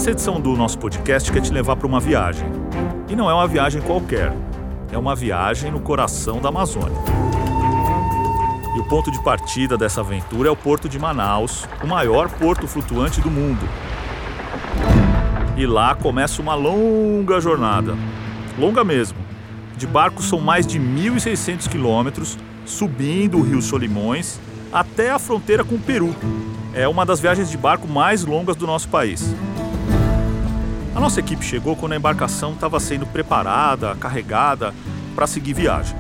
Essa edição do nosso podcast quer te levar para uma viagem. E não é uma viagem qualquer. É uma viagem no coração da Amazônia. E o ponto de partida dessa aventura é o Porto de Manaus, o maior porto flutuante do mundo. E lá começa uma longa jornada. Longa mesmo. De barco são mais de 1.600 quilômetros, subindo o rio Solimões até a fronteira com o Peru. É uma das viagens de barco mais longas do nosso país. A nossa equipe chegou quando a embarcação estava sendo preparada, carregada para seguir viagem.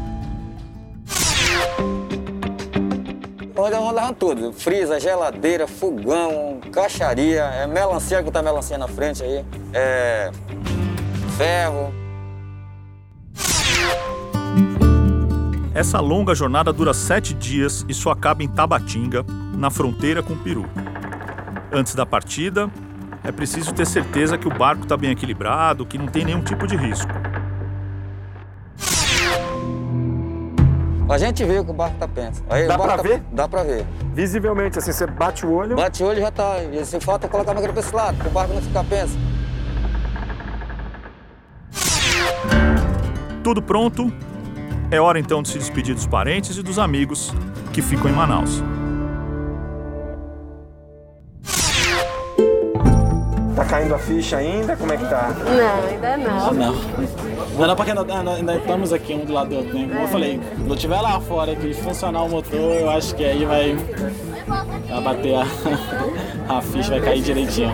Nós levamos tudo, freezer, geladeira, fogão, caixaria, melancia, que tá melancia na frente aí, ferro. Essa longa jornada dura 7 dias e só acaba em Tabatinga, na fronteira com o Peru. Antes da partida, é preciso ter certeza que o barco está bem equilibrado, que não tem nenhum tipo de risco. A gente vê que o barco tá pensa. Aí, dá pra ver? Dá pra ver. Visivelmente, assim, você bate o olho... Bate o olho e já tá. E se falta colocar a máquina pra esse lado, para o barco não ficar pensa. Tudo pronto? É hora então de se despedir dos parentes e dos amigos que ficam em Manaus. Tá caindo a ficha ainda? Como é que tá? Não, ainda não. Não, porque ainda estamos aqui um do lado do outro, né? Como eu falei, quando eu estiver lá fora que funcionar o motor, eu acho que aí vai bater a ficha, vai cair direitinho.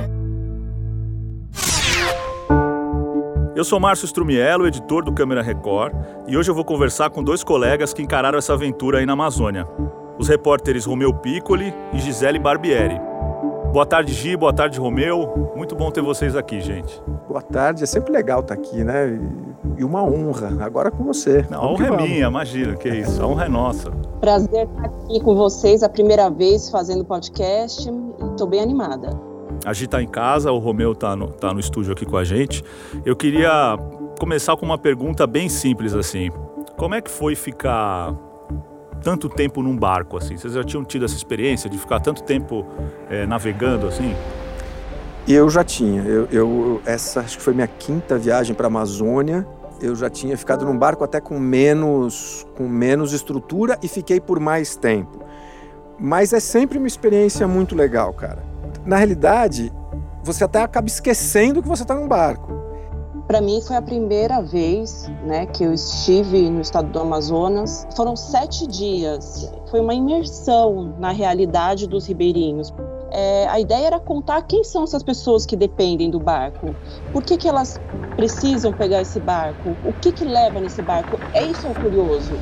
Eu sou Márcio Strumiello, editor do Câmera Record, e hoje eu vou conversar com 2 colegas que encararam essa aventura aí na Amazônia. Os repórteres Romeu Piccoli e Gisele Barbieri. Boa tarde, Gi, boa tarde, Romeu. Muito bom ter vocês aqui, gente. Boa tarde, é sempre legal estar aqui, né? E uma honra, agora com você. Não, a honra é minha, imagina, que isso, a honra é nossa. Prazer estar aqui com vocês a primeira vez fazendo podcast e estou bem animada. A Gi está em casa, o Romeu tá no estúdio aqui com a gente. Eu queria começar com uma pergunta bem simples, assim. Como é que foi ficar tanto tempo num barco, assim? Vocês já tinham tido essa experiência de ficar tanto tempo navegando, assim? Eu já tinha. Essa acho que foi minha 5ª viagem para a Amazônia. Eu já tinha ficado num barco até com menos estrutura e fiquei por mais tempo. Mas é sempre uma experiência muito legal, cara. Na realidade, você até acaba esquecendo que você está num barco. Para mim foi a primeira vez, né, que eu estive no estado do Amazonas. Foram 7 dias. Foi uma imersão na realidade dos ribeirinhos. A ideia era contar quem são essas pessoas que dependem do barco. Por que elas precisam pegar esse barco? O que leva nesse barco? Isso é o curioso.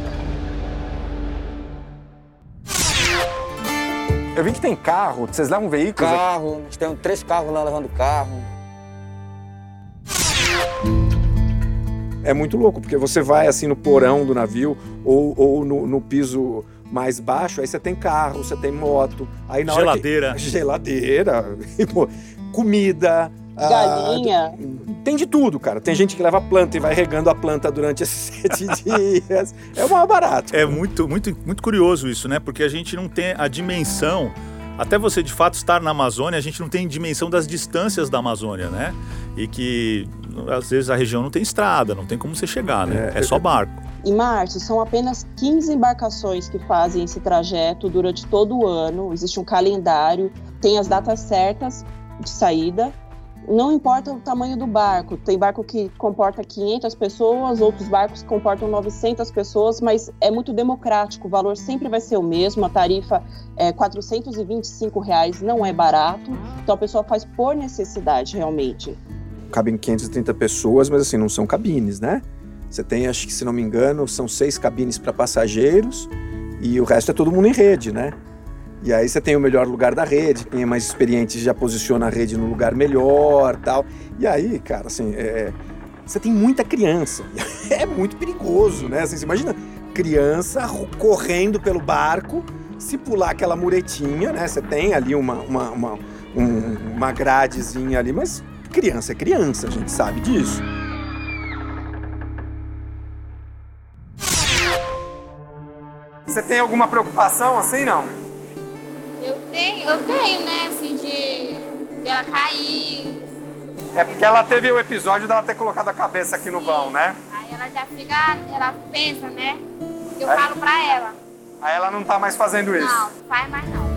Eu vi que tem carro. Vocês levam veículos? Carro. A gente tem 3 carros lá levando carro. É muito louco, porque você vai assim no porão do navio ou no piso mais baixo, aí você tem carro, você tem moto. Aí na geladeira. Geladeira, comida. Galinha. Tem de tudo, cara. Tem gente que leva planta e vai regando a planta durante esses 7 dias. É o mais barato. É muito, muito, muito curioso isso, né? Porque a gente não tem a dimensão. Até você, de fato, estar na Amazônia, a gente não tem dimensão das distâncias da Amazônia, né? E que, às vezes, a região não tem estrada, não tem como você chegar, né? É só barco. E, Márcio, são apenas 15 embarcações que fazem esse trajeto durante todo o ano. Existe um calendário, tem as datas certas de saída. Não importa o tamanho do barco. Tem barco que comporta 500 pessoas, outros barcos que comportam 900 pessoas, mas é muito democrático. O valor sempre vai ser o mesmo. A tarifa é R$ 425, não é barato. Então a pessoa faz por necessidade, realmente. Cabem 530 pessoas, mas assim, não são cabines, né? Você tem, acho que se não me engano, são 6 cabines para passageiros e o resto é todo mundo em rede, né? E aí você tem o melhor lugar da rede, quem é mais experiente já posiciona a rede no lugar melhor, tal. E aí, cara, assim, você tem muita criança. É muito perigoso, né? Assim, você imagina criança correndo pelo barco, se pular aquela muretinha, né? Você tem ali uma gradezinha ali, mas criança é criança, a gente sabe disso. Você tem alguma preocupação assim, não? Eu tenho, né, assim, de ela cair, É porque ela teve o episódio dela ter colocado a cabeça aqui no vão, né? Aí ela já fica, ela pensa, né? Eu falo pra ela. Aí ela não tá mais fazendo isso. Não faz mais não.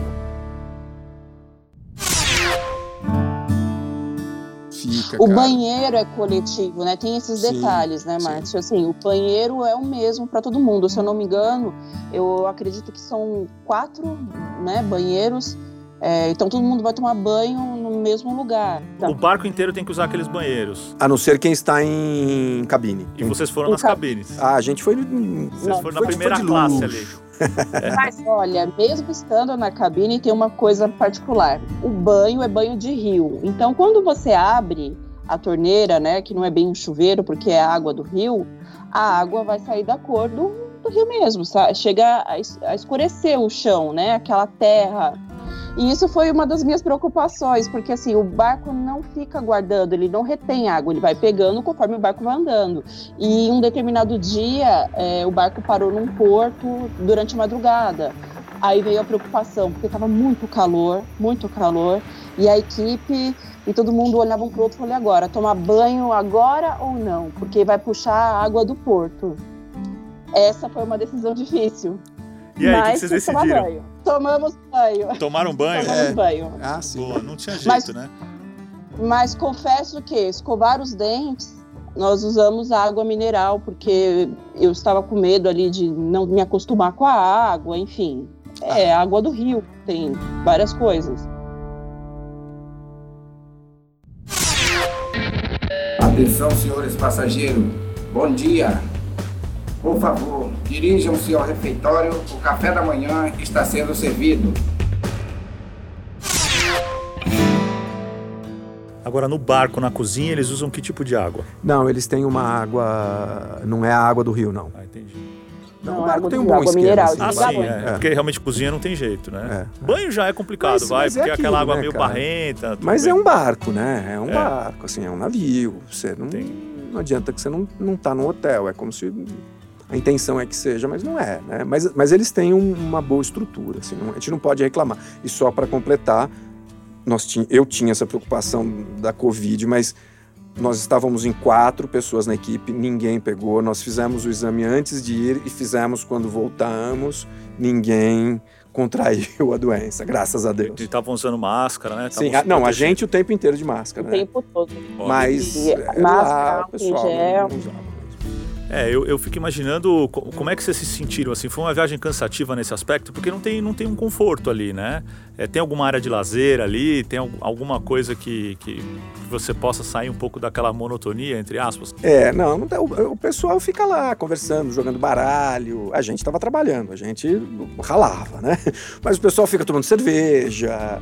Fica, O cara. banheiro é coletivo, né? Tem esses Sim, detalhes, né, sim. Márcio? Assim, o banheiro é o mesmo para todo mundo. Se eu não me engano, eu acredito que são 4, né, banheiros. Então todo mundo vai tomar banho no mesmo lugar. Tá? O barco inteiro tem que usar aqueles banheiros. A não ser quem está em cabine. E vocês foram nas cabines. A gente foi... Vocês foram na foi primeira de classe luxo. ali. Mas olha, mesmo estando na cabine, tem uma coisa particular. O banho é banho de rio. Então quando você abre a torneira, né, que não é bem um chuveiro, porque é a água do rio, a água vai sair da cor do rio mesmo. Chega a escurecer o chão, né, aquela terra. E isso foi uma das minhas preocupações, porque assim, o barco não fica guardando, ele não retém água, ele vai pegando conforme o barco vai andando. E em um determinado dia, o barco parou num porto durante a madrugada. Aí veio a preocupação, porque estava muito calor, e a equipe e todo mundo olhava um pro outro e falou, agora, tomar banho agora ou não? Porque vai puxar a água do porto. Essa foi uma decisão difícil. E aí, o que Mas vocês tinha que tomar decidiram? banho. Tomamos banho. Tomaram banho? Tomamos banho. Ah, sim. Boa, não tinha jeito, né? Mas confesso que escovar os dentes, nós usamos água mineral, porque eu estava com medo ali de não me acostumar com a água, enfim. É água do rio, tem várias coisas. Atenção, senhores passageiros. Bom dia. Por favor, dirijam-se ao refeitório. O café da manhã está sendo servido. Agora, no barco, na cozinha, eles usam que tipo de água? Não, eles têm uma água... Não é a água do rio, não. Ah, entendi. Não, o é barco água tem do um rio, bom água esquema. mineral, assim. de Ah, usar sim, banho. é. Porque realmente cozinha não tem jeito, né? É. Banho já é complicado, Mas é porque aquilo, aquela água né, meio cara? barrenta. tudo Mas bem. é um barco, né? É um É. barco, assim, é um navio. Você não adianta que você não tá no hotel. É como se a intenção é que seja, mas não é, né? Mas eles têm uma boa estrutura, assim, a gente não pode reclamar. E só para completar, eu tinha essa preocupação da Covid, mas nós estávamos em 4 pessoas na equipe, ninguém pegou. Nós fizemos o exame antes de ir e fizemos quando voltamos. Ninguém contraiu a doença, graças a Deus. E estavam usando máscara, né? Sim, Tavam se a protegendo. gente o tempo inteiro de máscara, O né? tempo todo. Mas E lá, máscara, o álcool em pessoal gel. não usava mesmo. Eu fico imaginando como é que vocês se sentiram, assim, foi uma viagem cansativa nesse aspecto, porque não tem um conforto ali, né? Tem alguma área de lazer ali, tem alguma coisa que você possa sair um pouco daquela monotonia, entre aspas? Não tem, o pessoal fica lá conversando, jogando baralho, a gente estava trabalhando, a gente ralava, né? Mas o pessoal fica tomando cerveja,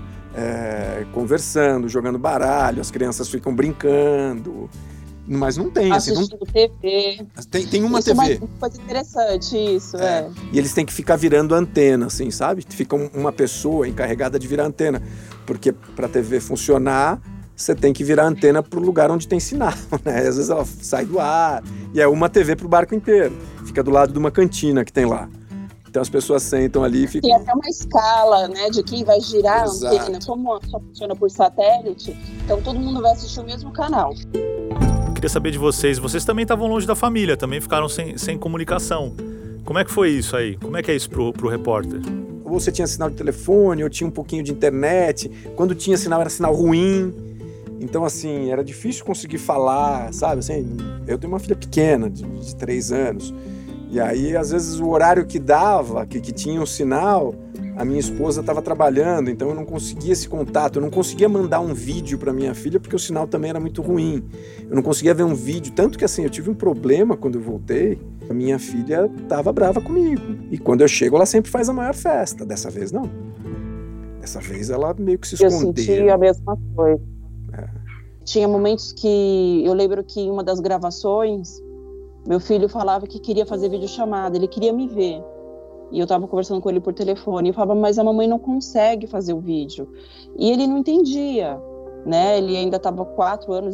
conversando, jogando baralho, as crianças ficam brincando. Mas não tem, assim, Assistindo TV. Tem uma Isso TV. é uma coisa interessante, isso, E eles têm que ficar virando antena, assim, sabe? Fica uma pessoa encarregada de virar antena. Porque para a TV funcionar, você tem que virar antena para o lugar onde tem sinal, né? Às vezes ela sai do ar. E é uma TV para o barco inteiro. Fica do lado de uma cantina que tem lá. Então as pessoas sentam ali e ficam... Tem até uma escala, né, de quem vai girar Exato. a antena. Como só funciona por satélite, então todo mundo vai assistir o mesmo canal. Queria saber de vocês também estavam longe da família, também ficaram sem comunicação. Como é que foi isso aí? Como é que é isso pro repórter? Ou você tinha sinal de telefone, ou tinha um pouquinho de internet. Quando tinha sinal, era sinal ruim. Então, assim, era difícil conseguir falar, sabe? Assim, eu tenho uma filha pequena, de 3 anos. E aí, às vezes, o horário que dava, que tinha um sinal, a minha esposa estava trabalhando, então eu não conseguia esse contato. Eu não conseguia mandar um vídeo para minha filha, porque o sinal também era muito ruim. Eu não conseguia ver um vídeo. Tanto que, assim, eu tive um problema quando eu voltei. A minha filha estava brava comigo. E quando eu chego, ela sempre faz a maior festa. Dessa vez, não. Dessa vez, ela meio que se escondeu. Eu senti a mesma coisa. Tinha momentos que... Eu lembro que em uma das gravações, meu filho falava que queria fazer videochamada. Ele queria me ver. E eu estava conversando com ele por telefone. E eu falava, mas a mamãe não consegue fazer o vídeo. E ele não entendia, né? Ele ainda estava 4 anos.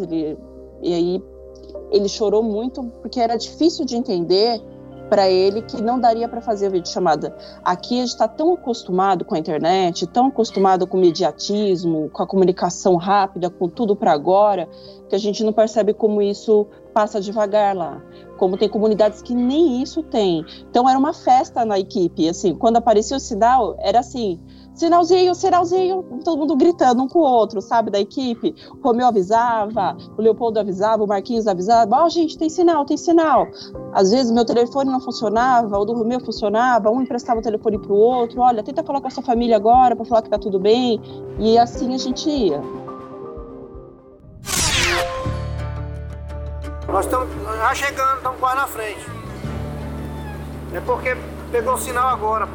E aí ele chorou muito porque era difícil de entender para ele que não daria para fazer a videochamada. Aqui a gente está tão acostumado com a internet, tão acostumado com o imediatismo, com a comunicação rápida, com tudo para agora, que a gente não percebe como isso passa devagar lá. Como tem comunidades que nem isso tem. Então era uma festa na equipe, assim, quando aparecia o sinal, era assim, sinalzinho, sinalzinho, todo mundo gritando um com o outro, sabe, da equipe. O Romeu avisava, o Leopoldo avisava, o Marquinhos avisava, ó, gente, tem sinal, tem sinal. Às vezes meu telefone não funcionava, o do Romeu funcionava, um emprestava o telefone pro outro, olha, tenta falar com a sua família agora, para falar que tá tudo bem, e assim a gente ia. Nós estamos já chegando, estamos quase na frente. É porque pegou o sinal agora.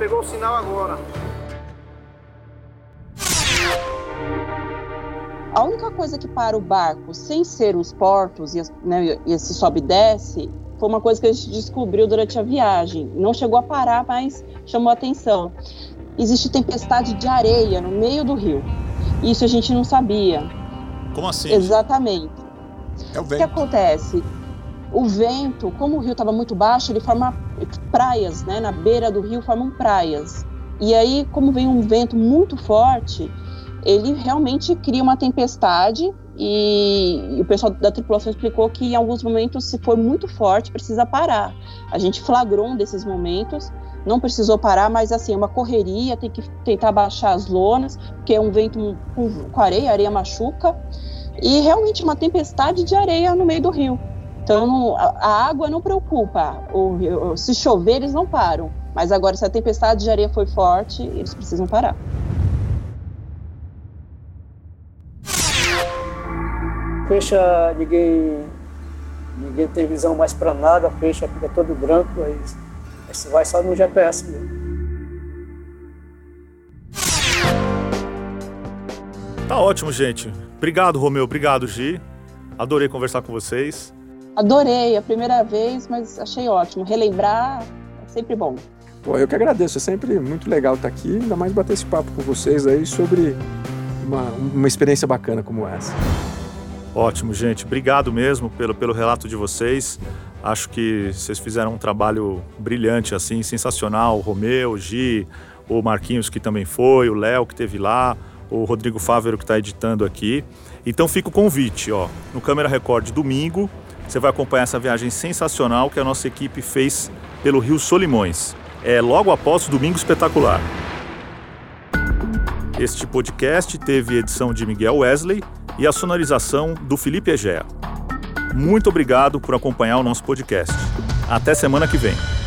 A única coisa que para o barco, sem ser os portos e esse sobe e desce, foi uma coisa que a gente descobriu durante a viagem. Não chegou a parar, mas chamou a atenção. Existe tempestade de areia no meio do rio. Isso a gente não sabia. Como assim? Exatamente. É o O vento. que acontece? O vento, como o rio estava muito baixo, ele forma praias, né? Na beira do rio formam praias. E aí, como vem um vento muito forte, ele realmente cria uma tempestade e o pessoal da tripulação explicou que em alguns momentos, se for muito forte, precisa parar. A gente flagrou um desses momentos, não precisou parar, mas assim, é uma correria, tem que tentar baixar as lonas, porque é um vento com areia, a areia machuca. E realmente uma tempestade de areia no meio do rio. Então a água não preocupa, se chover eles não param, mas agora se a tempestade de areia foi forte, eles precisam parar. Fecha, ninguém tem visão mais para nada, fecha, fica todo branco, aí você vai só no GPS mesmo. Tá ótimo, gente. Obrigado, Romeu. Obrigado, Gi. Adorei conversar com vocês. Adorei, a primeira vez, mas achei ótimo. Relembrar é sempre bom. Pô, eu que agradeço. É sempre muito legal estar aqui, ainda mais bater esse papo com vocês aí sobre uma experiência bacana como essa. Ótimo, gente. Obrigado mesmo pelo relato de vocês. Acho que vocês fizeram um trabalho brilhante, assim, sensacional. O Romeu, o Gi, o Marquinhos, que também foi, o Léo, que esteve lá, o Rodrigo Fávero, que está editando aqui. Então fica o convite, ó, no Câmera Record domingo, você vai acompanhar essa viagem sensacional que a nossa equipe fez pelo Rio Solimões. É logo após o Domingo Espetacular. Este podcast teve edição de Miguel Wesley e a sonorização do Felipe Egea. Muito obrigado por acompanhar o nosso podcast. Até semana que vem.